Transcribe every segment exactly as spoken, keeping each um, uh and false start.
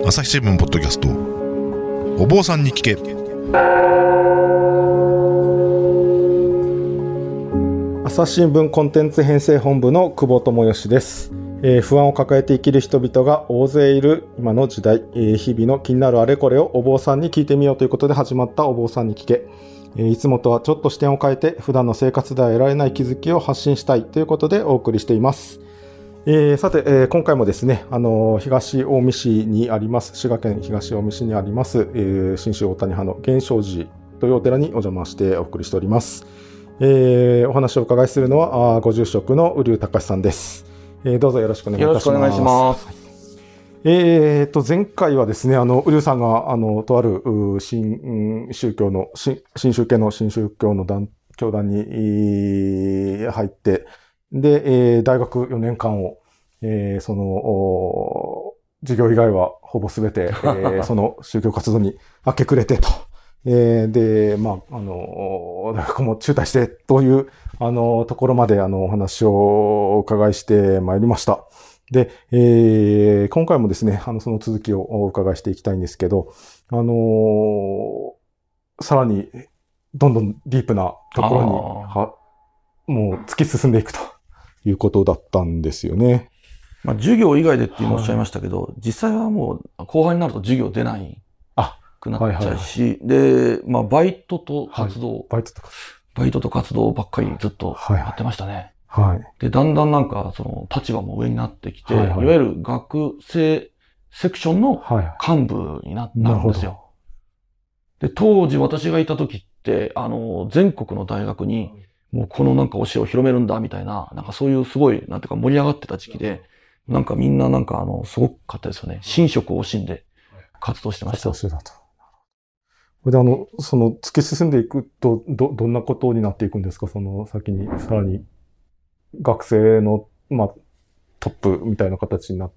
朝日新聞ポッドキャスト、お坊さんに聞け。 朝日新聞コンテンツ編成本部の久保智義です。えー、不安を抱えて生きる人々が大勢いる今の時代、えー、日々の気になるあれこれをお坊さんに聞いてみようということで始まったお坊さんに聞け。えー、いつもとはちょっと視点を変えて普段の生活では得られない気づきを発信したいということでお送りしています。えー、さて、えー、今回もですね、あのー、東近江市にあります、滋賀県東近江市にあります、えー、信州大谷派の源証寺というお寺にお邪魔してお送りしております。えー、お話をお伺いするのはご住職の瓜生隆さんです。えー、どうぞよろしくお願いいたします。 よろしくお願いします。 えー、と前回はですね、あの瓜生さんがあのとある新宗教の 新, 新宗教の新宗教の団教団に入って、で、えー、大学よねんかんを、えー、その授業以外はほぼすべて、えー、その宗教活動に明け暮れてと。えー、で、まあ、あの、大学も中退してという、あの、ところまで、あの、お話をお伺いしてまいりました。で、えー、今回もですね、あの、その続きをお伺いしていきたいんですけど、あの、さらに、どんどんディープなところに、は、もう突き進んでいくということだったんですよね。 まあ、授業以外でっておっしゃいましたけど、はい、実際はもう、後半になると授業出ない。くなっちゃうし、はいはいはい、で、まあ、バイトと活動、はい、バイトとか、バイトと活動ばっかりずっとやってましたね。はいはい、で、だんだんなんか、その、立場も上になってきて、はいはい、いわゆる学生セクションの幹部に な,、はい、なるんですよ。で、当時私がいた時って、あの、全国の大学に、もうこのなんか教えを広めるんだみたいな、なんかそういうすごい、なんていうか盛り上がってた時期で、なんかみんななんかあの、すごかったですよね。神職を惜しんで活動してました。 活動してたと。で、あの、その、突き進んでいくと、ど、どんなことになっていくんですか？その先に、さらに、学生の、まあ、トップみたいな形になって、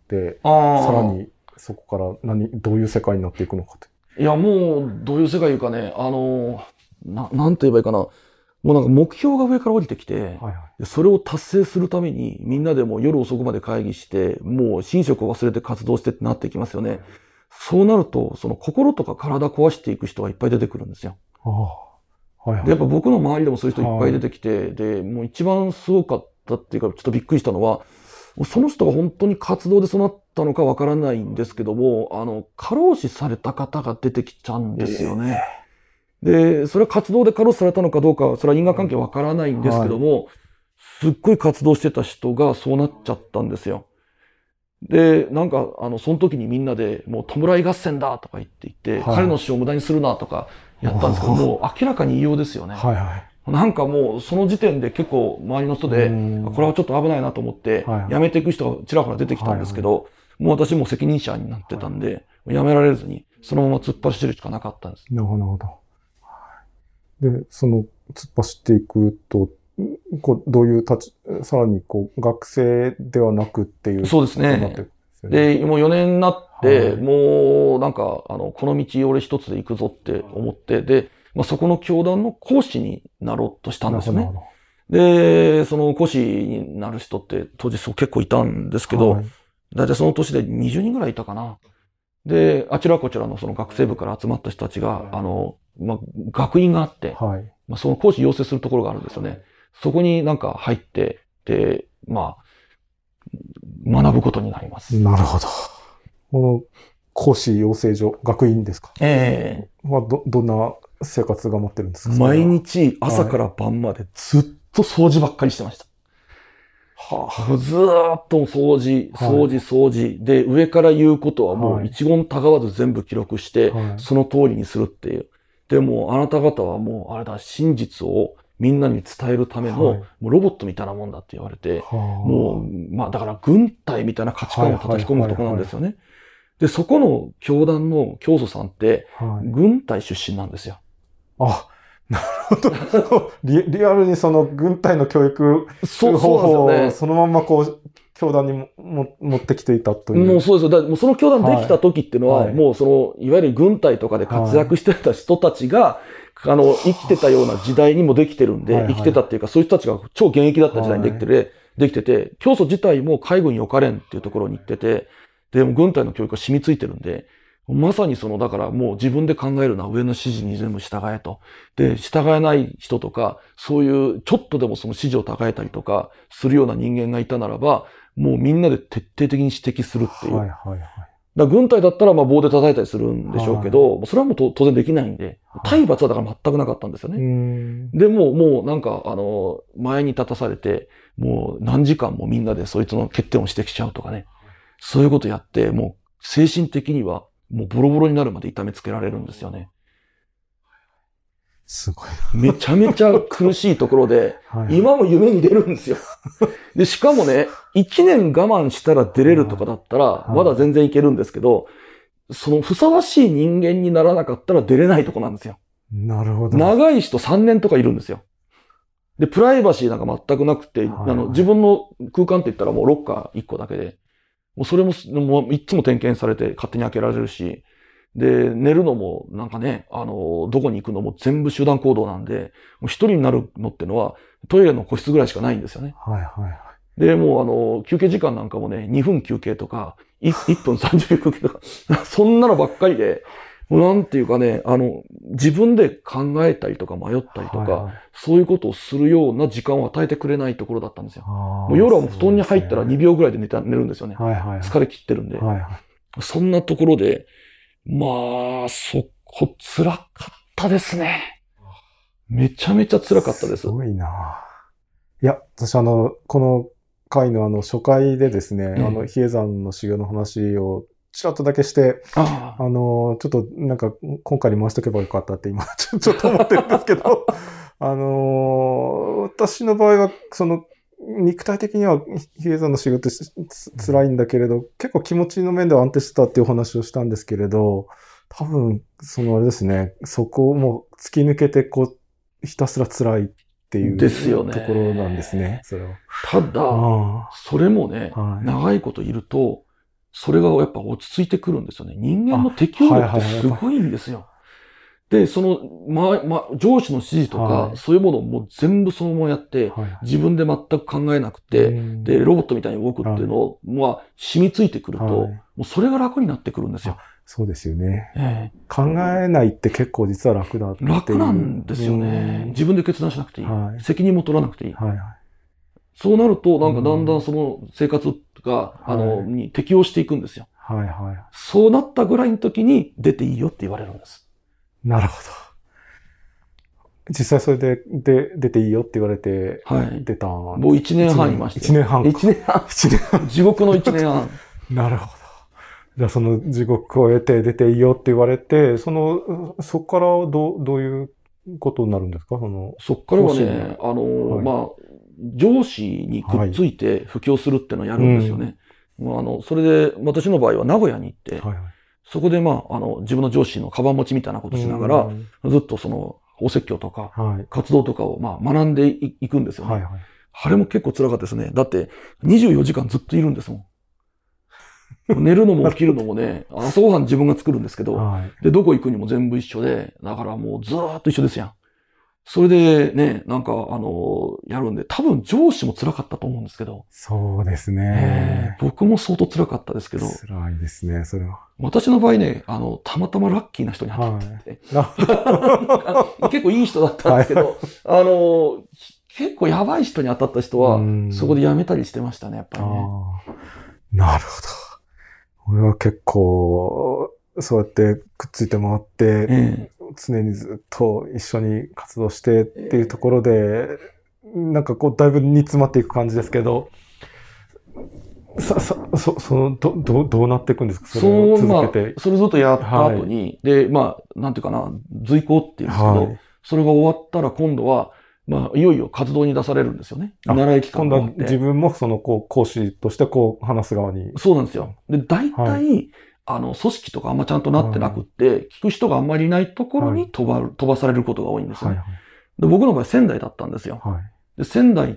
さらに、そこから何、どういう世界になっていくのかって。 いや、もう、どういう世界いうかね、あの、な、なんて言えばいいかな。もうなんか目標が上から降りてきて、はいはい、それを達成するために、みんなでもう夜遅くまで会議して、もう寝食を忘れて活動してってなっていきますよね。はい、そうなると、その心とか体壊していく人がいっぱい出てくるんですよ。ああ、はいはい、で、やっぱ僕の周りでもそういう人いっぱい出てきて、はい、で、もう一番すごかったっていうか、ちょっとびっくりしたのは、その人が本当に活動でそうなったのかわからないんですけども、あの、過労死された方が出てきちゃうんですよね。えー、で、それは活動で過労死されたのかどうか、それは因果関係わからないんですけども、はい、すっごい活動してた人がそうなっちゃったんですよ。で、なんか、あの、その時にみんなで、もう、弔い合戦だとか言っていて、はい、彼の死を無駄にするなとかやったんですけど、もう明らかに異様ですよね。はいはい、なんかもう、その時点で結構周りの人で、これはちょっと危ないなと思って、やめていく人がちらほら出てきたんですけど、はいはい、もう私も責任者になってたんで、はい、やめられずに、そのまま突っ走るしかなかったんです。 なるほど。で、その、突っ走っていくと、こうどういう立ち、さらにこう、学生ではなくっていう。 そうですね。で、もうよねんになって、はい、もうなんか、あの、この道俺一つで行くぞって思って、で、まあ、そこの教団の講師になろうとしたんですよね。で、その講師になる人って当時そう結構いたんですけど、はい、だいたいその年でにじゅうにんぐらいいたかな。で、あちらこちらのその学生部から集まった人たちが、はい、あの、まあ、学院があって、はい、まあ、その講師養成するところがあるんですよね。そこになんか入って、で、まあ、学ぶことになります。 なるほど。この講師養成所、学院ですか？ええー。まあ、ど、どんな生活が待ってるんですか？ 毎日朝から晩までずっと掃除ばっかりしてました。はあ、ずーっと掃除、掃除、掃除。で、上から言うことはもう一言たがわず全部記録して、はい、その通りにするっていう。でも、あなた方はもう、あれだ、真実をみんなに伝えるための、はい、もうロボットみたいなもんだって言われて、はあ、もう、まあだから軍隊みたいな価値観を叩き込むところなんですよね。で、そこの教団の教祖さんって、はい、軍隊出身なんですよ。 あ、なるほど。リ, リアルにその軍隊の教育方法をそのままこう、教団にもも持ってきていたという。 もうそうですよ。だからもうその教団できた時っていうのは、はい、もうその、いわゆる軍隊とかで活躍してた人たちが、はい、あの、生きてたような時代にもできてるんで、はいはい、生きてたっていうか、そういう人たちが超現役だった時代にできてて、はい、できてて、教祖自体も海軍に置かれんっていうところに行ってて、でも軍隊の教育が染みついてるんで、 まさにその、だからもう自分で考えるのは上の指示に全部従えと。で、従えない人とか、そういうちょっとでもその指示をたえたりとかするような人間がいたならば、もうみんなで徹底的に指摘するっていう。はいはいはい。だから軍隊だったらまあ棒で叩いたりするんでしょうけど、はい、それはもう当然できないんで、体罰はだから全くなかったんですよね。はい、でももうなんかあの、前に立たされて、もう何時間もみんなでそいつの欠点を指摘しちゃうとかね。そういうことやって、もう精神的にはもうボロボロになるまで痛めつけられるんですよね。 すごい。 めちゃめちゃ苦しいところで、はい、今も夢に出るんですよ。で、しかもね、一年我慢したら出れるとかだったら、まだ全然いけるんですけど、そのふさわしい人間にならなかったら出れないとこなんですよ。 なるほど。 長い人さんねんとかいるんですよ。で、プライバシーなんか全くなくて、はいはい、あの自分の空間って言ったらもうロッカーいっこだけで、もうそれも、もういつも点検されて勝手に開けられるし、で、寝るのもなんかね、あの、どこに行くのも全部集団行動なんで、もう一人になるのってのはトイレの個室ぐらいしかないんですよね。 はいはいはい。 で、もうあの、休憩時間なんかもね、にふん休憩とか、いっぷんさんじゅっぷん休憩とか、そんなのばっかりで、もうなんていうかね、あの、自分で考えたりとか迷ったりとか、はいはい、そういうことをするような時間を与えてくれないところだったんですよ。もう夜はもう布団に入ったらにびょうぐらいで寝た、寝るんですよね。はいはいはい、疲れ切ってるんで、はいはい。そんなところで、まあ、そこ辛かったですね。めちゃめちゃ辛かったです。 すごいな。いや、私あの、この回のあの初回でですね、ええ、あの、比叡山の修行の話をちらっとだけして、あ, あの、ちょっとなんか今回に回しとけばよかったって今ちょっと思ってるんですけど、あの、私の場合はその肉体的には比叡山の修行って辛いんだけれど、結構気持ちの面では安定してたっていうお話をしたんですけれど、多分そのあれですね、そこをもう突き抜けてこうひたすら辛いっていうですよね。 ところなんですね。それはただ、それもね、はい、長いこといると、それがやっぱ落ち着いてくるんですよね。人間の適応力ってすごいんですよ。で、その、ま、ま、上司の指示とか、はい、そういうものをもう全部そのままやって、はい、自分で全く考えなくて、で、ロボットみたいに動くっていうのを、はい、まあ、染みついてくると、はい、もうそれが楽になってくるんですよ。 そうですよね、えー。考えないって結構実は楽だっていう。 楽なんですよね。自分で決断しなくていい。はい、責任も取らなくていい。はいはい、そうなると、なんかだんだんその生活が、うん、あの、に適応していくんですよ。はいはい。そうなったぐらいの時に出ていいよって言われるんです。 なるほど。実際それで、で、出ていいよって言われて、はい。出たんです。 もう一年半いました。 一年半。 一年半。一年半。地獄の一年半。 なるほど。じゃあその地獄を得て出ていいよって言われて、その、そこからどう、どういうことになるんですか？その、 そこからはね、あの、はい、まあ、上司にくっついて布教するっていうのをやるんですよね。はい、うん、あの、それで、私の場合は名古屋に行って、はいはい、そこでまあ、あの、自分の上司のカバン持ちみたいなことしながら、ずっとその、お説教とか、活動とかをまあ、学んでいくんですよね。はいはい、あれも結構辛かったですね。だって、にじゅうよじかんずっといるんですもん。寝るのも起きるのもね、朝ごはん自分が作るんですけど、はい、で、どこ行くにも全部一緒で、だからもうずーっと一緒ですやん。それでね、なんか、あの、やるんで、多分上司も辛かったと思うんですけど。 そうですね。 えー、僕も相当辛かったですけど。 辛いですね、それは。 私の場合ね、あの、たまたまラッキーな人に当たってて、はい、結構いい人だったんですけど、はい、あの、結構やばい人に当たった人は、そこで辞めたりしてましたね、やっぱりね。 なるほど。俺は結構、そうやってくっついて回って、えー、常にずっと一緒に活動してっていうところで、えー、なんかこうだいぶ煮詰まっていく感じですけど、さ、さ、そ、その、ど、どう、どうなっていくんですか？それを続けて。 まあ、それずっとやった後に、はい、で、まあ、なんていうかな、随行っていうんですけど、はい、それが終わったら今度は、まあ、いよいよ活動に出されるんですよね。習い期間があって。今度は自分もその、こう、講師としてこう、話す側に。 そうなんですよ。で、大体、はい、あの、組織とかあんまちゃんとなってなくって、はい、聞く人があんまりいないところに飛ばる、はい、飛ばされることが多いんですよね。はいはい、で僕の場合仙台だったんですよ。はい、で仙台って、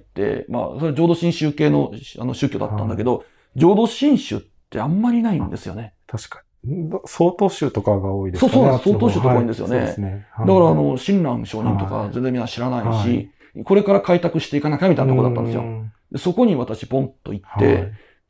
まあ、それ浄土真宗系の、あの宗教だったんだけど、はい、浄土真宗ってあんまりないんですよね。 確かに。総統宗とかが多いですね。 そうそう、総統宗とか多いんですよね。はい、そうですね。はい、だから、あの、親鸞上人とか全然みんな知らないし、はい、これから開拓していかなきゃみたいなところだったんですよ。でそこに私ポンと行って、はい、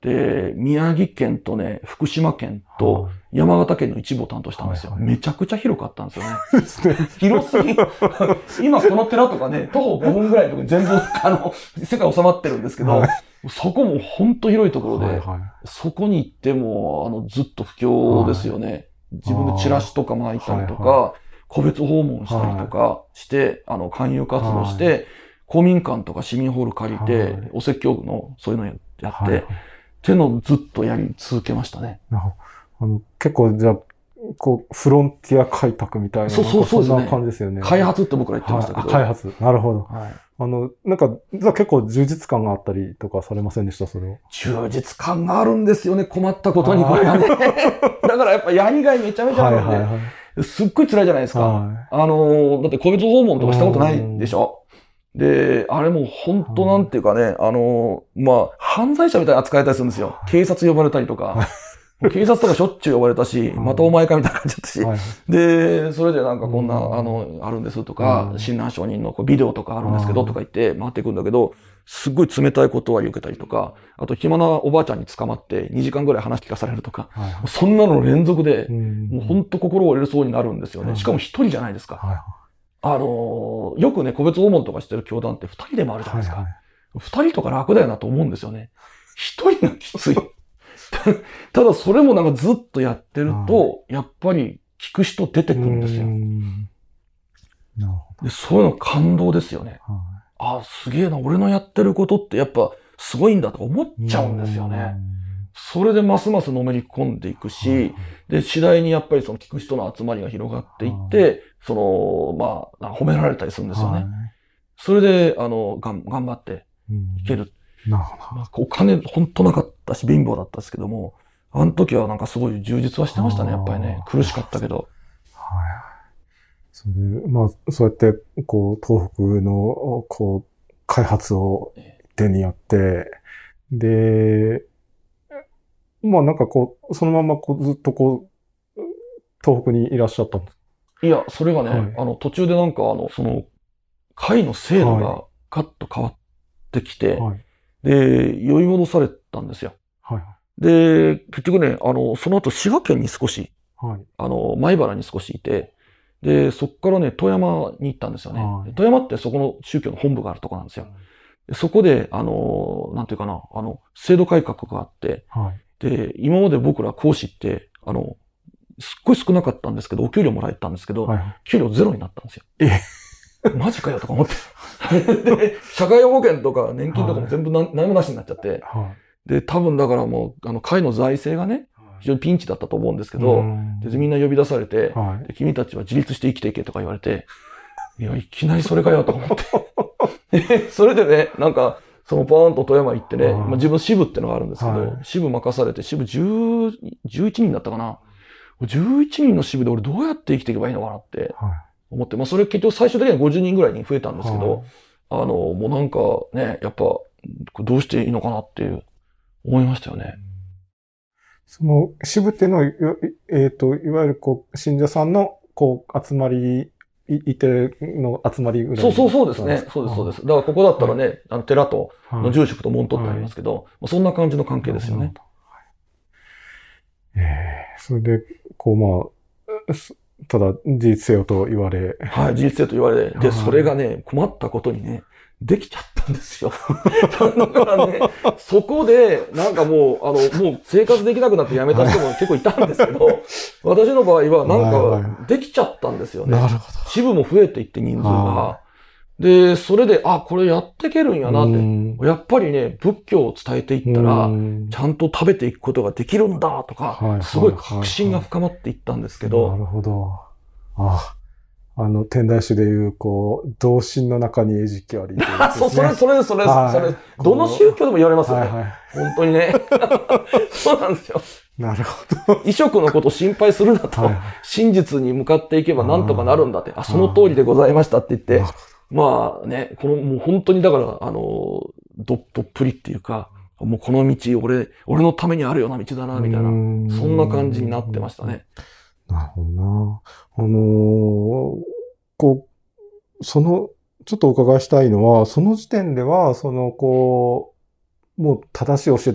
で、宮城県とね、福島県と山形県の一部を担当したんですよ。はいはい、めちゃくちゃ広かったんですよね。広すぎ。今この寺とかね、徒歩ごふんぐらいのところに全部、あの、世界収まってるんですけど、はい、そこもほんと広いところで、はいはい、そこに行っても、あの、ずっと不況ですよね。はい、自分でチラシとか巻いたりとか、はいはい、個別訪問したりとかして、はい、あの、勧誘活動して、はい、公民館とか市民ホール借りて、はい、お説教のそういうのやって、はいはい、っていうのをずっとやり続けましたね。 あの結構じゃあ、こう、フロンティア開拓みたいな、そうそうそうですね。そんな感じですよね。 開発って僕ら言ってましたけど。 はい、開発。なるほど。はい、あの、なんか、じゃあ結構充実感があったりとかされませんでした、それを。 充実感があるんですよね、困ったことにこれがね。だからやっぱやりがいめちゃめちゃあるんで、はいはいはい、すっごい辛いじゃないですか。はい、あの、だって個別訪問とかしたことないでしょ。で、あれも本当なんていうかね、あの、まあ、犯罪者みたいに扱えたりするんですよ。警察呼ばれたりとか。警察とかしょっちゅう呼ばれたし、またお前かみたいな感じだったし。はい、で、それでなんかこんな、あの、あるんですとか、親鸞上人のこうビデオとかあるんですけどとか言って回っていくんだけど、すっごい冷たい断り受けたりとか、あと暇なおばあちゃんに捕まってにじかんぐらい話聞かされるとか、はい、そんなの連続で、もう本当心折れそうになるんですよね。しかも一人じゃないですか。はい、あの、よくね、個別訪問とかしてる教団って二人でもあるじゃないですか。はいはい、二人とか楽だよなと思うんですよね。一人がきつい。ただそれもなんかずっとやってると、やっぱり聞く人出てくるんですよ。なるほど。で、そういうの感動ですよね。ああ、すげえな、俺のやってることってやっぱすごいんだとか思っちゃうんですよね。それでますますのめり込んでいくし、で、次第にやっぱりその聞く人の集まりが広がっていって、その、まあ、褒められたりするんですよね。それで、あの、がん、頑張っていける。なるほど。まあ、お金ほんとなかったし、貧乏だったんですけども、あの時はなんかすごい充実はしてましたね、やっぱりね。苦しかったけど。はい。 それで、まあ、そうやって、こう、東北の、こう、開発を手にやって、で、まあなんかこう、そのままこうずっとこう、東北にいらっしゃったんですいや、それがね、はい、あの、途中でなんかあの、その、会の制度がガッと変わってきて、はい、で、呼び戻されたんですよ。はい、で、結局ね、あの、その後滋賀県に少し、はい、あの、米原に少しいて、で、そこからね、富山に行ったんですよね。はい、富山ってそこの宗教の本部があるところなんですよ。でそこで、あの、なんていうかな、あの、制度改革があって、はい、で、今まで僕ら講師って、あの、すっごい少なかったんですけど、お給料もらえたんですけど、はい、給料ゼロになったんですよ。えマジかよとか思って。で、社会保険とか年金とかも全部な、はい、何もなしになっちゃって。はい、で、多分だからもう、あの、会の財政がね、非常にピンチだったと思うんですけど、でみんな呼び出されて、はい、で、君たちは自立して生きていけとか言われて、いや、いきなりそれかよとか思って。それでね、なんか、そのパーンと富山行ってね、まあ、自分支部ってのがあるんですけど、はい、支部任されて、支部じゅう、じゅういちにんだったかな。じゅういちにんの支部で俺どうやって生きていけばいいのかなって思って、まあそれ結局最終的にはごじゅうにんぐらいに増えたんですけど、はい、あの、もうなんかね、やっぱどうしていいのかなっていう思いましたよね。 その支部っていうのは、えっと、いわゆるこう、信者さんのこう、集まり、いての集まりぐらい。 そうそうそうですね。そうですそうです。だからここだったらね、はい、あの寺と、の住職と門徒ってありますけど、はい、そんな感じの関係ですよね。 ええー、それで、こうまあ、ただ事実せよと言われ。 はい、事実せよと言われ。で、それがね、困ったことにね、できちゃったんですよ。だからね、そこで、なんかもう、あの、もう生活できなくなって辞めた人も結構いたんですけど、私の場合はなんかできちゃったんですよね。なるほど。支部も増えていって人数が。で、それで、あ、これやっていけるんやなって。やっぱりね、仏教を伝えていったら、ちゃんと食べていくことができるんだとか、すごい確信が深まっていったんですけど。 なるほど。ああの、天台宗でいう、こう、同心の中に餌食あり、ね。 そう、それ、それ、それ、それ、どの宗教でも言われますよね。はいはい、本当にね。そうなんですよ。 なるほど。 異色のことを心配するなと、はい、真実に向かっていけばなんとかなるんだって、あ、その通りでございましたって言って、まあね、この、もう本当にだから、あの、ど、どっぷりっていうか、もうこの道、俺、俺のためにあるような道だな、みたいな、そんな感じになってましたね。 なるほどな。あのー、こう、その、ちょっとお伺いしたいのは、その時点では、その、こう、もう正しい教えだっ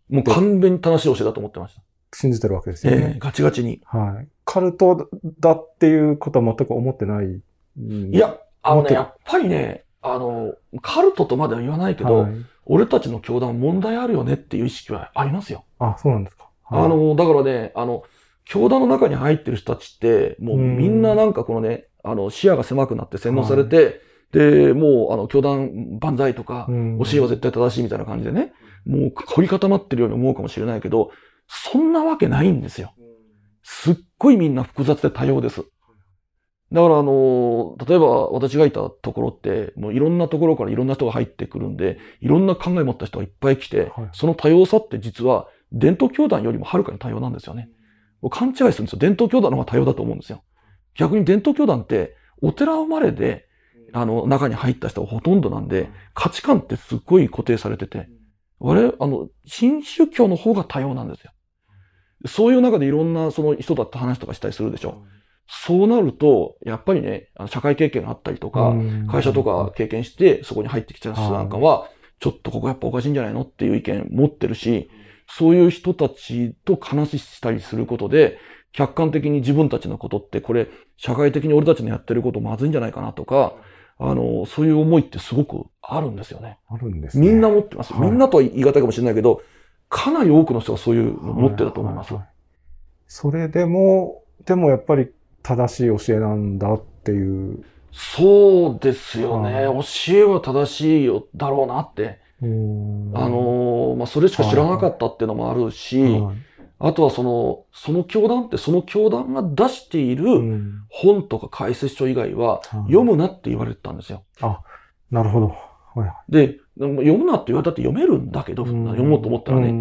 もう完全に正しい教えだと思ってました。 信じてるわけですよね。 えー、ガチガチに。 はい。カルトだっていうことは全く思ってない。 うん、いや、あのね、やっぱりね、あの、カルトとまでは言わないけど、はい、俺たちの教団は問題あるよねっていう意識はありますよ。 あ、そうなんですか。 はい、あの、だからね、あの、教団の中に入ってる人たちって、もうみんななんかこのね、あの、視野が狭くなって洗脳されて、はい、で、もう、あの、教団万歳とか、教えは絶対正しいみたいな感じでね、もう凝り固まってるように思うかもしれないけど、そんなわけないんですよ。すっごいみんな複雑で多様です。だからあの、例えば私がいたところって、もういろんなところからいろんな人が入ってくるんで、いろんな考え持った人がいっぱい来て、はい、その多様さって実は伝統教団よりもはるかに多様なんですよね。勘違いするんですよ。伝統教団の方が多様だと思うんですよ。逆に伝統教団ってお寺生まれで、あの、中に入った人がほとんどなんで、価値観ってすっごい固定されてて、我々、あの、新宗教の方が多様なんですよ。そういう中でいろんなその人だって話とかしたりするでしょ。そうなると、やっぱりね、社会経験があったりとか、会社とか経験して、そこに入ってきた人なんかは、ちょっとここやっぱおかしいんじゃないのっていう意見持ってるし、そういう人たちと話したりすることで、客観的に自分たちのことって、これ、社会的に俺たちのやってることまずいんじゃないかなとか、あの、そういう思いってすごくあるんですよね。 あるんですね。 みんな持ってます。みんなとは言い難いかもしれないけど、かなり多くの人がそういうの持ってると思います。 はいはいはい、それでも、でもやっぱり正しい教えなんだっていう。 そうですよね。はい、教えは正しいよだろうなって。あの、まあ、それしか知らなかったっていうのもあるし、はいはい、あとはその、その教団ってその教団が出している本とか解説書以外は読むなって言われてたんですよ。 うん、あ、なるほど。はい、 で、読むなって言われたって読めるんだけど、うん、読もうと思ったらね。うん、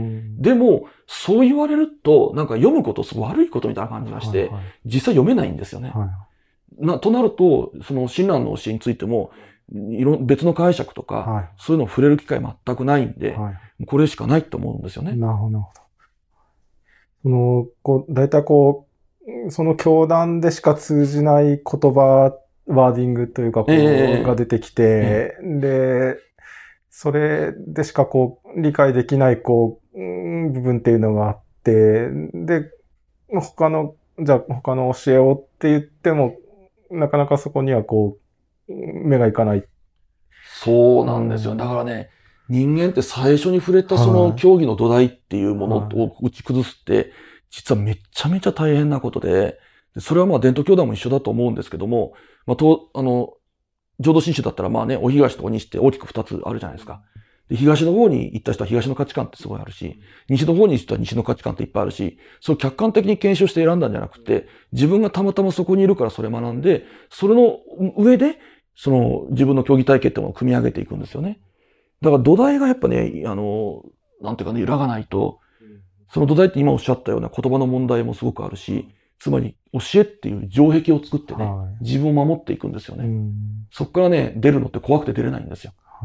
でも、そう言われると、なんか読むことすごい悪いことみたいな感じがして、はいはい、実際読めないんですよね。はい、なとなると、その親鸞の教えについても、いろ別の解釈とか、はい、そういうのを触れる機会全くないんで、はい、これしかないと思うんですよね。 なるほど。その、こう、大体こう、その教団でしか通じない言葉、ワーディングというか、こう、えー、が出てきて、えー、で、それでしかこう、理解できない、こう、部分っていうのがあって、で、他の、じゃあ他の教えをって言っても、なかなかそこにはこう、目がいかない。 そうなんですよ。だからね、人間って最初に触れたその教義の土台っていうものを打ち崩すって、実はめちゃめちゃ大変なことで、それはまあ伝統教団も一緒だと思うんですけども、まあ、と、あの、浄土真宗だったらまあね、お東とお西って大きく二つあるじゃないですか。で、東の方に行った人は東の価値観ってすごいあるし、西の方に行った人は西の価値観っていっぱいあるし、そう客観的に検証して選んだんじゃなくて、自分がたまたまそこにいるからそれ学んで、それの上で、その自分の教義体系ってものを組み上げていくんですよね。だから土台がやっぱね、あの、なんていうかね、揺らがないと、その土台って今おっしゃったような言葉の問題もすごくあるし、つまり教えっていう城壁を作ってね、はい、自分を守っていくんですよね。そこからね、出るのって怖くて出れないんですよ。 はい、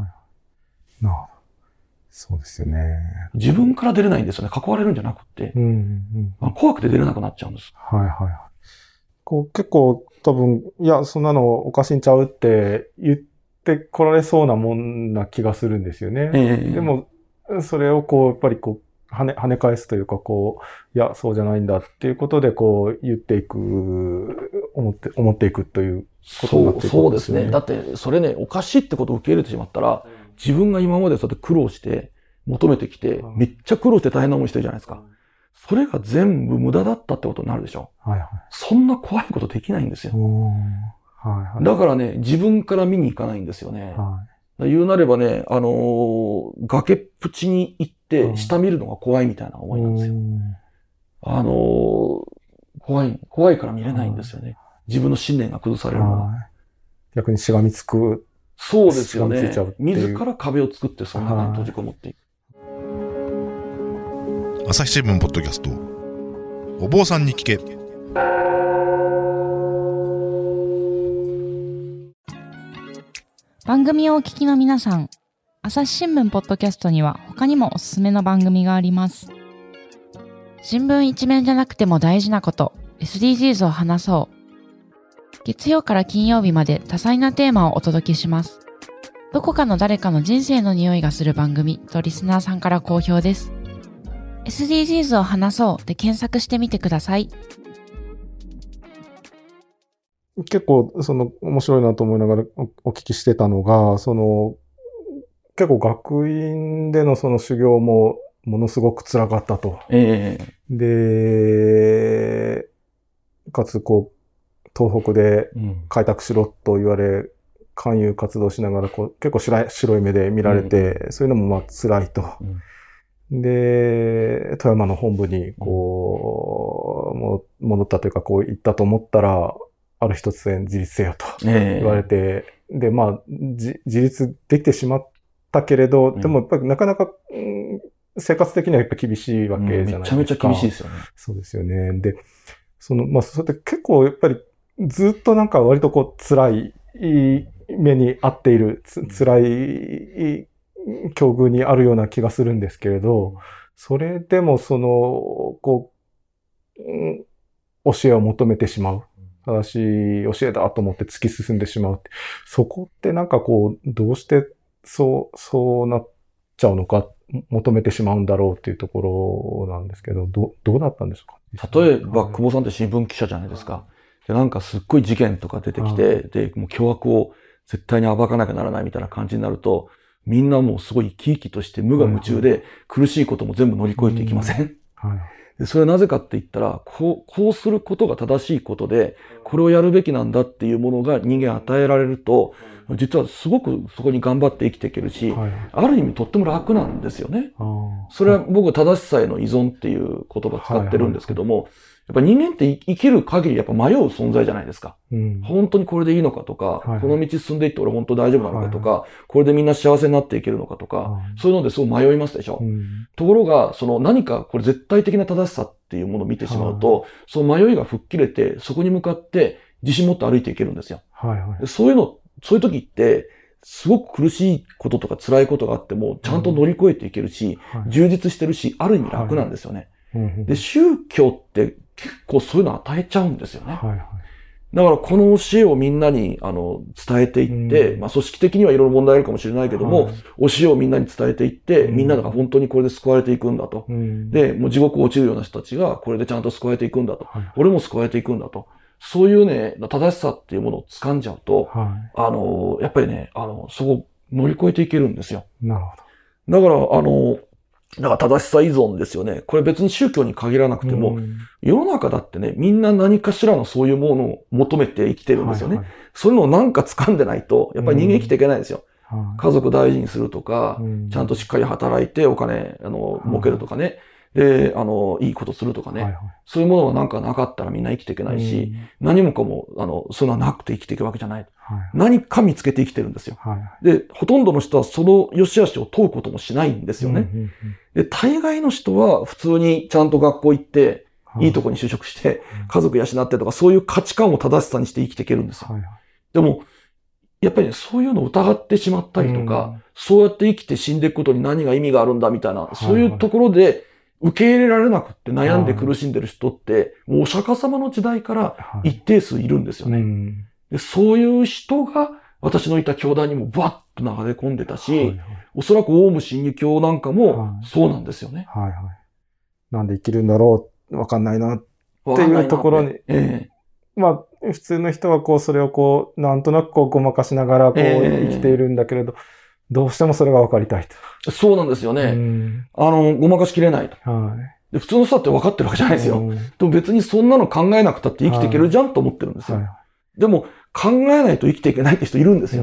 なるほど。そうですよね。 自分から出れないんですよね。囲われるんじゃなくて、うんうん、怖くて出れなくなっちゃうんです。 はいはいはい。こう結構多分、いや、そんなのおかしいんちゃうって言ってこられそうなもんな気がするんですよね。えー、でも、それをこう、やっぱりこう、跳ね、跳ね返すというか、こう、いや、そうじゃないんだっていうことで、こう、言っていく、思って、思っていくということになっていくんですね。 そう、そうですね。だって、それね、おかしいってことを受け入れてしまったら、自分が今までそうやって苦労して、求めてきて、めっちゃ苦労して大変な思いしてるじゃないですか。それが全部無駄だったってことになるでしょ。はいはい。そんな怖いことできないんですよ。はいはい。だからね、自分から見に行かないんですよね。はい。言うなればね、あのー、崖っぷちに行って、下見るのが怖いみたいな思いなんですよ。あのー、怖い、怖いから見れないんですよね。自分の信念が崩されるのが。 逆にしがみつく。 そうですよね。自ら壁を作ってその中に閉じこもっていく。 朝日新聞ポッドキャスト、お坊さんに聞け。 番組をお聞きの皆さん、朝日新聞ポッドキャストには他にもおすすめの番組があります。新聞一面じゃなくても大事なこと、エスディージーズ を話そう。月曜から金曜日まで多彩なテーマをお届けします。どこかの誰かの人生の匂いがする番組とリスナーさんから好評です。 エスディージーズ を話そうで検索してみてください。 結構、その、面白いなと思いながらお聞きしてたのが、その、結構学院でのその修行もものすごく辛かったと。 ええ、で、かつこう、東北で開拓しろと言われ、勧誘活動しながらこう結構白い、白い目で見られて、うん、そういうのもまあ辛いと。うん、で、富山の本部にこう、も戻ったというかこう行ったと思ったら、ある日突然自立せよと言われて、えー、で、まあ、自立できてしまったけれど、うん、でもやっぱりなかなか、うん、生活的にはやっぱ厳しいわけじゃないですか。うん、めちゃめちゃ厳しいですよね。 そうですよね。で、その、まあ、それって結構やっぱりずっとなんか割とこう辛い目に遭っている、つ辛い境遇にあるような気がするんですけれど、それでもその、こう、うん、教えを求めてしまう。正しい教えだと思って突き進んでしまう。そこってなんかこう、どうしてそう、そうなっちゃうのか、求めてしまうんだろうっていうところなんですけど、ど、どうだったんでしょうか？例えば、久保さんって新聞記者じゃないですか。で、なんかすっごい事件とか出てきて、で、もう凶悪を絶対に暴かなきゃならないみたいな感じになると、みんなもうすごい生き生きとして無我夢中で苦しいことも全部乗り越えていきません？はい。で、それはなぜかって言ったら、こう、こうすることが正しいことで、これをやるべきなんだっていうものが人間与えられると、実はすごくそこに頑張って生きていけるし、はい、ある意味とっても楽なんですよね。それは僕正しさへの依存っていう言葉を使ってるんですけども、はいはい、やっぱ人間って生きる限りやっぱ迷う存在じゃないですか。うん、本当にこれでいいのかとか、はいはい、この道進んでいって俺本当大丈夫なのかとか、はいはい、これでみんな幸せになっていけるのかとか、はい、そういうのですごい迷いますでしょ。うん、ところが、その何かこれ絶対的な正しさっていうものを見てしまうと、はい、その迷いが吹っ切れて、そこに向かって自信持って歩いていけるんですよ。はいはい、そういうの、そういう時って、すごく苦しいこととか辛いことがあっても、ちゃんと乗り越えていけるし、うんはい、充実してるし、ある意味楽なんですよね。はいはい、で、宗教って結構そういうの与えちゃうんですよね。はいはい、だからこの教えをみんなにあの伝えていって、うん、まあ組織的にはいろいろ問題あるかもしれないけども、はい、教えをみんなに伝えていって、うん、みんなが本当にこれで救われていくんだと。うん、で、もう地獄落ちるような人たちがこれでちゃんと救われていくんだと。はい、俺も救われていくんだと。そういうね、正しさっていうものを掴んじゃうと、はい、あの、やっぱりね、あの、そこ乗り越えていけるんですよ。 なるほど。 だから、あの、だから正しさ依存ですよね。これ別に宗教に限らなくても、うん、世の中だってね、みんな何かしらのそういうものを求めて生きてるんですよね。はいはい、そういうのをなんか掴んでないと、やっぱり人間生きていけないんですよ。うん、家族大事にするとか、うん、ちゃんとしっかり働いてお金、あの、儲けるとかね。で、あの、いいことするとかね。はいはい、そういうものがなんかなかったらみんな生きていけないし、うん、何もかも、あの、そういうのはなくて生きていくわけじゃない。はい、何か見つけて生きてるんですよ。はい、で、ほとんどの人はその良し悪しを問うこともしないんですよね。うんうんうん、で、大概の人は普通にちゃんと学校行って、はい、いいとこに就職して、家族養ってとか、そういう価値観を正しさにして生きていけるんですよ。はいはい、でも、やっぱりね、そういうのを疑ってしまったりとか、うん、そうやって生きて死んでいくことに何が意味があるんだみたいな、そういうところで、受け入れられなくって悩んで苦しんでる人って、もうお釈迦様の時代から一定数いるんですよね。はいうん、でそういう人が私のいた教団にもバッと流れ込んでたし、はいはい、おそらくオウム真理教なんかもそうなんですよね。 はいはい、なんで生きるんだろう、わかんないなっていうところに、ええ、まあ普通の人はこうそれをこうなんとなくこうごまかしながらこう生きているんだけれど、ええどうしてもそれが分かりたいと。 そうなんですよね。うん、あの、ごまかしきれないと。はい、で普通の人だって分かってるわけじゃないですよ。うん、でも別にそんなの考えなくたって生きていけるじゃんと思ってるんですよ。はいはい、でも考えないと生きていけないって人いるんですよ。うん、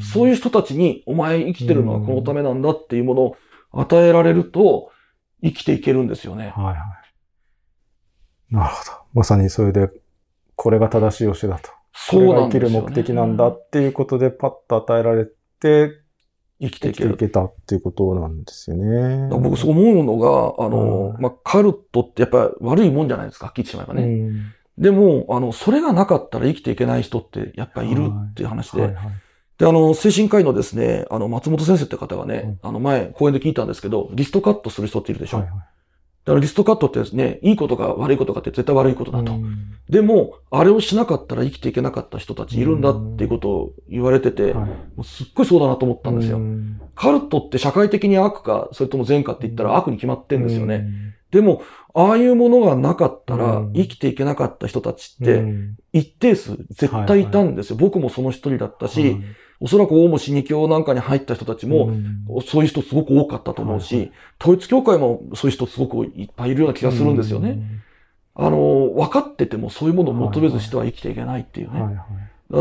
そういう人たちにお前生きてるのはこのためなんだっていうものを与えられると生きていけるんですよね。はいはい、 なるほど。まさにそれでこれが正しい教えだと。そうなんですよね。これが生きる目的なんだっていうことでパッと与えられて、 生きていける。 生きていけたっていうことなんですよね。 僕そう思うのが、あの、うん、まあ、カルトってやっぱり悪いもんじゃないですか、はっきり言ってしまえばね。うん、でも、あの、それがなかったら生きていけない人ってやっぱりいるっていう話で。はいはいはい、で、あの、精神科医のですね、あの、松本先生って方がね、うん、あの、前、講演で聞いたんですけど、リストカットする人っているでしょ。はいはい、だからリストカットってですね、いいことか悪いことかって絶対悪いことだと。うん、でも、あれをしなかったら生きていけなかった人たちいるんだっていうことを言われてて、うん、もうすっごいそうだなと思ったんですよ。うん、カルトって社会的に悪か、それとも善かって言ったら悪に決まってんですよね。 でも、ああいうものがなかったら、生きていけなかった人たちって、一定数絶対いたんですよ。はいはい、僕もその一人だったし、はい、おそらくオウム真理教なんかに入った人たちも、そういう人すごく多かったと思うし、はいはい、統一教会もそういう人すごくいっぱいいるような気がするんですよね。あの、分かっててもそういうものを求めずしては生きていけないっていうね。はいはい、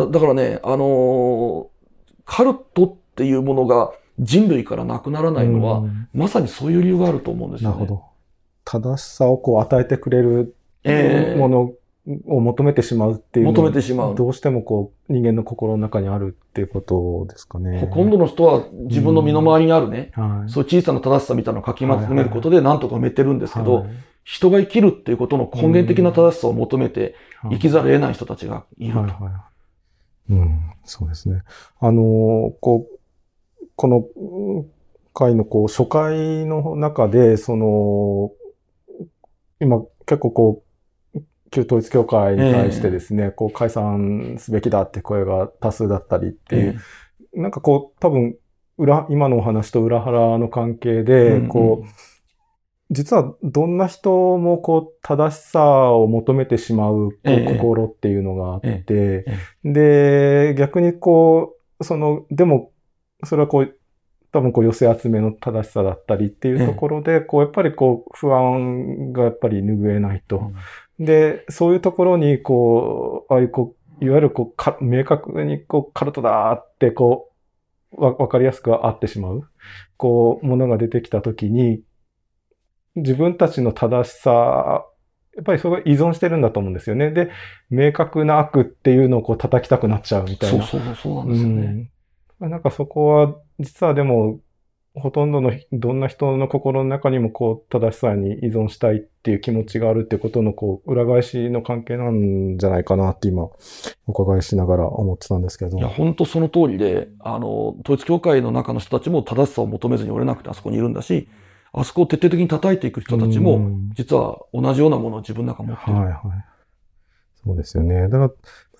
だ, だからね、あの、カルトっていうものが人類からなくならないのは、まさにそういう理由があると思うんですよね。 なるほど。正しさをこう与えてくれるものを求めてしまうっていうの、 求めてしまう。 どうしてもこう人間の心の中にあるっていうことですかね。 ほとんどの人は自分の身の回りにあるね、うんはい、そういう小さな正しさみたいなのをかきまとめることで何とか埋めてるんですけど、はいはい、人が生きるっていうことの根源的な正しさを求めて生きざるを得ない人たちがいると。はいはいはい、 うん、そうですね。あの、こう、この回のこう初回の中で、その、今結構こう、旧統一教会に対してですね、えー、こう解散すべきだって声が多数だったりっていう、えー、なんかこう多分裏、今のお話と裏腹の関係で、うんうん、こう、実はどんな人もこう正しさを求めてしまうこう、えー、心っていうのがあって、えー、で、逆にこう、その、でも、それはこう、多分こう寄せ集めの正しさだったりっていうところで、ええ、こうやっぱりこう不安がやっぱり拭えないと。うん、で、そういうところにこう、ああいうこう、いわゆるこうか、明確にこうカルトだってこう、わ、わかりやすくあってしまう、こう、ものが出てきたときに、自分たちの正しさ、やっぱりそれが依存してるんだと思うんですよね。で、明確な悪っていうのをこう叩きたくなっちゃうみたいな。 そうそうそうなんですよね。 うん、なんかそこは、実はでも、ほとんどの、どんな人の心の中にも、こう、正しさに依存したいっていう気持ちがあるっていうことの、こう、裏返しの関係なんじゃないかなって今、お伺いしながら思ってたんですけど。 いや、本当その通りで、あの、統一教会の中の人たちも正しさを求めずに折れなくてあそこにいるんだし、あそこを徹底的に叩いていく人たちも、実は同じようなものを自分の中に持ってる。はいはい。 そうですよね。だから、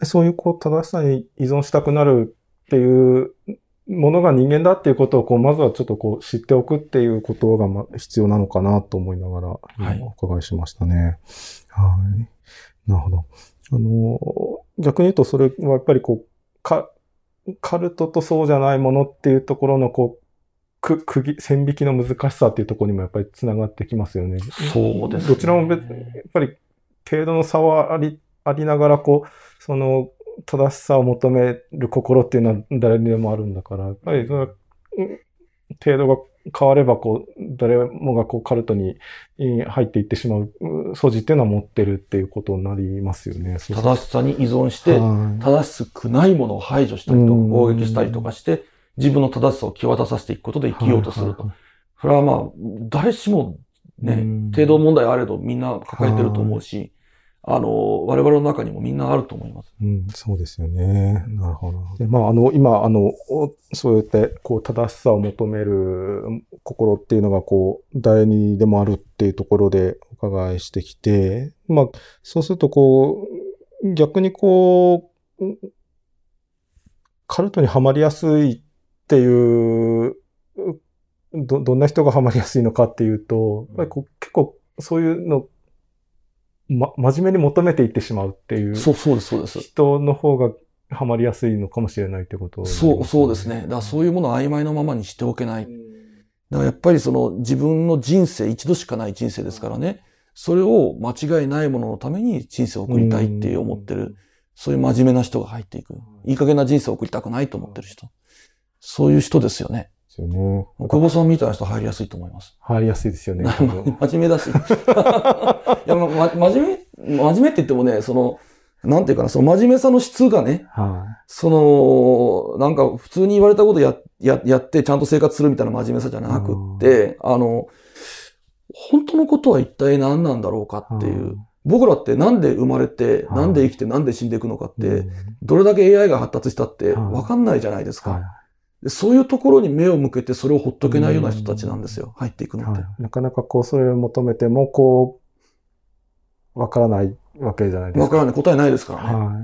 そういう、こう、正しさに依存したくなるっていう、ものが人間だっていうことをこうまずはちょっとこう知っておくっていうことがま必要なのかなと思いながらお伺いしましたね。はい。はい、なるほど。あの逆に言うとそれはやっぱりこうかカルトとそうじゃないものっていうところのこうく区切線引きの難しさっていうところにもやっぱりつながってきますよね。 そうですね。 どちらも別にやっぱり程度の差はありありながらこうその正しさを求める心っていうのは誰にでもあるんだから、やっぱりその程度が変わればこう誰もがこうカルトに入っていってしまう素地っていうのは持ってるっていうことになりますよね。 正しさに依存して、正しくないものを排除したりとか攻撃したりとかして、自分の正しさを際立たせていくことで生きようとすると。それはまあ、誰しもね、程度問題あれどみんな抱えてると思うし、あの、我々の中にもみんなあると思います。 うん、そうですよね。なるほど。で、まあ、あの、今、あの、そうやって、こう、正しさを求める心っていうのが、こう、誰にでもあるっていうところでお伺いしてきて、まあ、そうすると、こう、逆にこう、カルトにはまりやすいっていう、ど、どんな人がはまりやすいのかっていうと、やっぱりこう結構そういうの、ま、真面目に求めていってしまうっていう。 そう、そうです、そうです。 人の方がハマりやすいのかもしれないってこと、ね、 そう、そうですね。だからそういうものを曖昧のままにしておけない。だからやっぱりその自分の人生、一度しかない人生ですからね。それを間違いないもののために人生を送りたいって思ってる。そういう真面目な人が入っていく。いい加減な人生を送りたくないと思ってる人。そういう人ですよね。 ですよね。 久保さんみたいな人入りやすいと思います。 入りやすいですよね。 真面目だし。いや、ま、ま、真面目、真面目って言ってもね、その、なんていうかな、その真面目さの質がね、はい、その、なんか普通に言われたことや、や、やってちゃんと生活するみたいな真面目さじゃなくって、あの、本当のことは一体何なんだろうかっていう。僕らってなんで生まれて、なんで生きて、なんで死んでいくのかって、どれだけ エーアイ が発達したって分かんないじゃないですか。はいで。そういうところに目を向けてそれをほっとけないような人たちなんですよ。入っていくのって、はい。 なかなかこう、それを求めても、こう、わからないわけじゃないですか。 わからない。答えないですからね。 はい。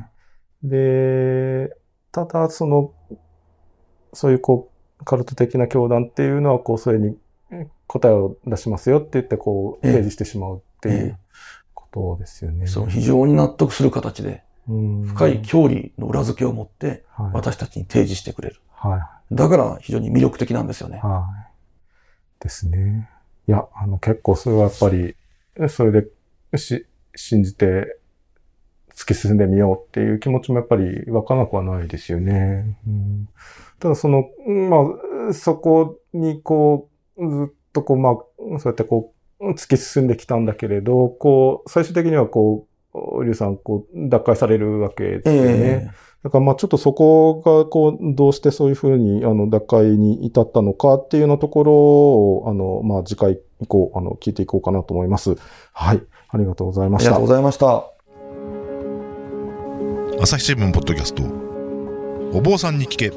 で、ただ、その、そういうこう、カルト的な教団っていうのは、こう、それに答えを出しますよって言って、こう、提示してしまうっていうことですよね。 そう、非常に納得する形で、深い教理の裏付けを持って、私たちに提示してくれる。はい、だから非常に魅力的なんですよね。 はい。ですね。いや、あの、結構それはやっぱり、それでし、信じて突き進んでみようっていう気持ちもやっぱり湧かなくはないですよね。うん、ただその、まあ、そこにこう、ずっとこう、まあ、そうやってこう、突き進んできたんだけれど、こう、最終的にはこう、リュウさん、こう、脱会されるわけですよね。えーだからまあちょっとそこがこうどうしてそういうふうにあの脱会に至ったのかっていうのところをあのまあ次回以降あの聞いていこうかなと思います。はい、ありがとうございました。 ありがとうございました。 朝日新聞ポッドキャストお坊さんに聞け。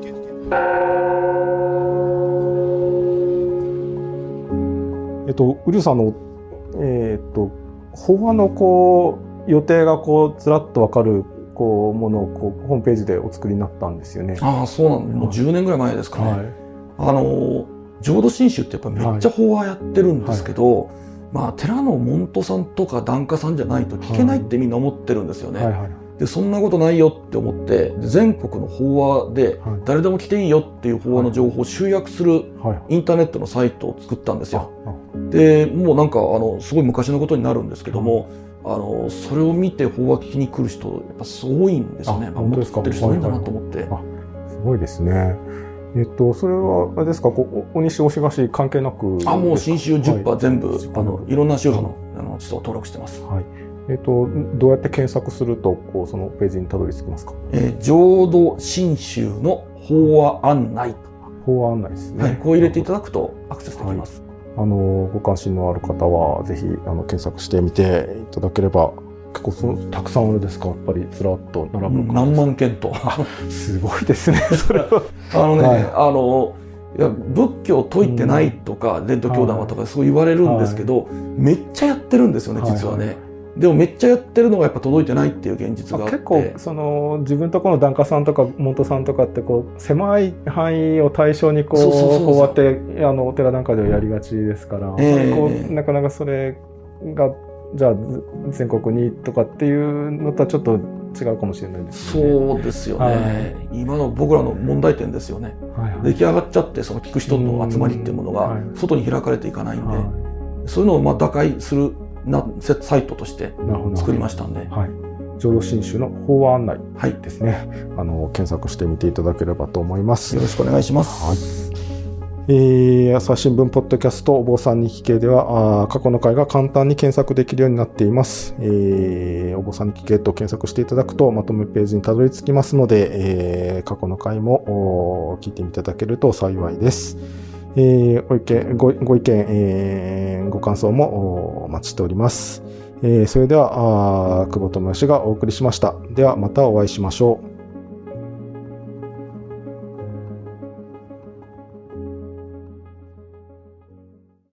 えっとウリュウさんのえー、っと法話のこう予定がこうずらっとわかるこうものをこうホームページでお作りになったんですよね。 ああ、そうなんです。もうじゅうねんぐらい前ですかね。はい、あの浄土真宗ってやっぱめっちゃ法話やってるんですけど、はいはい、まあ寺の門徒さんとか檀家さんじゃないと聞けないってみんな思ってるんですよね。はいはいはい、でそんなことないよって思って全国の法話で誰でも来ていいよっていう法話の情報を集約するインターネットのサイトを作ったんですよ。でもうなんかあのすごい昔のことになるんですけども。あのそれを見て法話聞きに来る人やっぱすごいんですよね。 本当ですか。 持ってる人多いんだなと思って。 あ、すごいですね。えっとそれはあれですか。こうお西お東関係なく。 あ、もう新宗じゅっパーセント全部、はい、あのいろんな宗派のあの人を登録してます。はい。 えっとどうやって検索するとこうそのページにたどり着きますか。 えー、浄土真宗の法話案内。 法話案内ですね。 はい。こう入れていただくとアクセスできます。はい、 あのご関心のある方はぜひあの検索してみていただければ。結構そたくさんあれですか。やっぱりずらっと並ぶのか。 何万件と。 すごいですね。それはあのね、はい、あのいや仏教を説いてないとか、うん、伝統教団はとかそう言われるんですけど、はい、めっちゃやってるんですよね実はね。はいはい、でもめっちゃやってるのがやっぱ届いてないっていう現実があって、 結構その自分とこの檀家さんとか門徒さんとかってこう狭い範囲を対象にこうこうやってあのお寺なんかではやりがちですから、えー、こうなかなかそれがじゃあ全国にとかっていうのとはちょっと違うかもしれないですね。 そうですよね。はい、今の僕らの問題点ですよね。はいはい、出来上がっちゃってその聞く人の集まりっていうものが外に開かれていかないんで、はい、そういうのをまあ打開するなサイトとして作りましたんで。はい、 浄土真宗の法話案内ですね。はい、あの検索してみていただければと思います。 よろしくお願いします。 はい、えー、朝日新聞ポッドキャストお坊さんに聞けではあ過去の回が簡単に検索できるようになっています。えー、お坊さんに聞けと検索していただくとまとめページにたどり着きますので、えー、過去の回も聞いてみていただけると幸いです。えー、ご意見、ご、ご意見、えー、ご感想もお待ちしております。えー、それでは久保智義がお送りしました。ではまたお会いしましょう。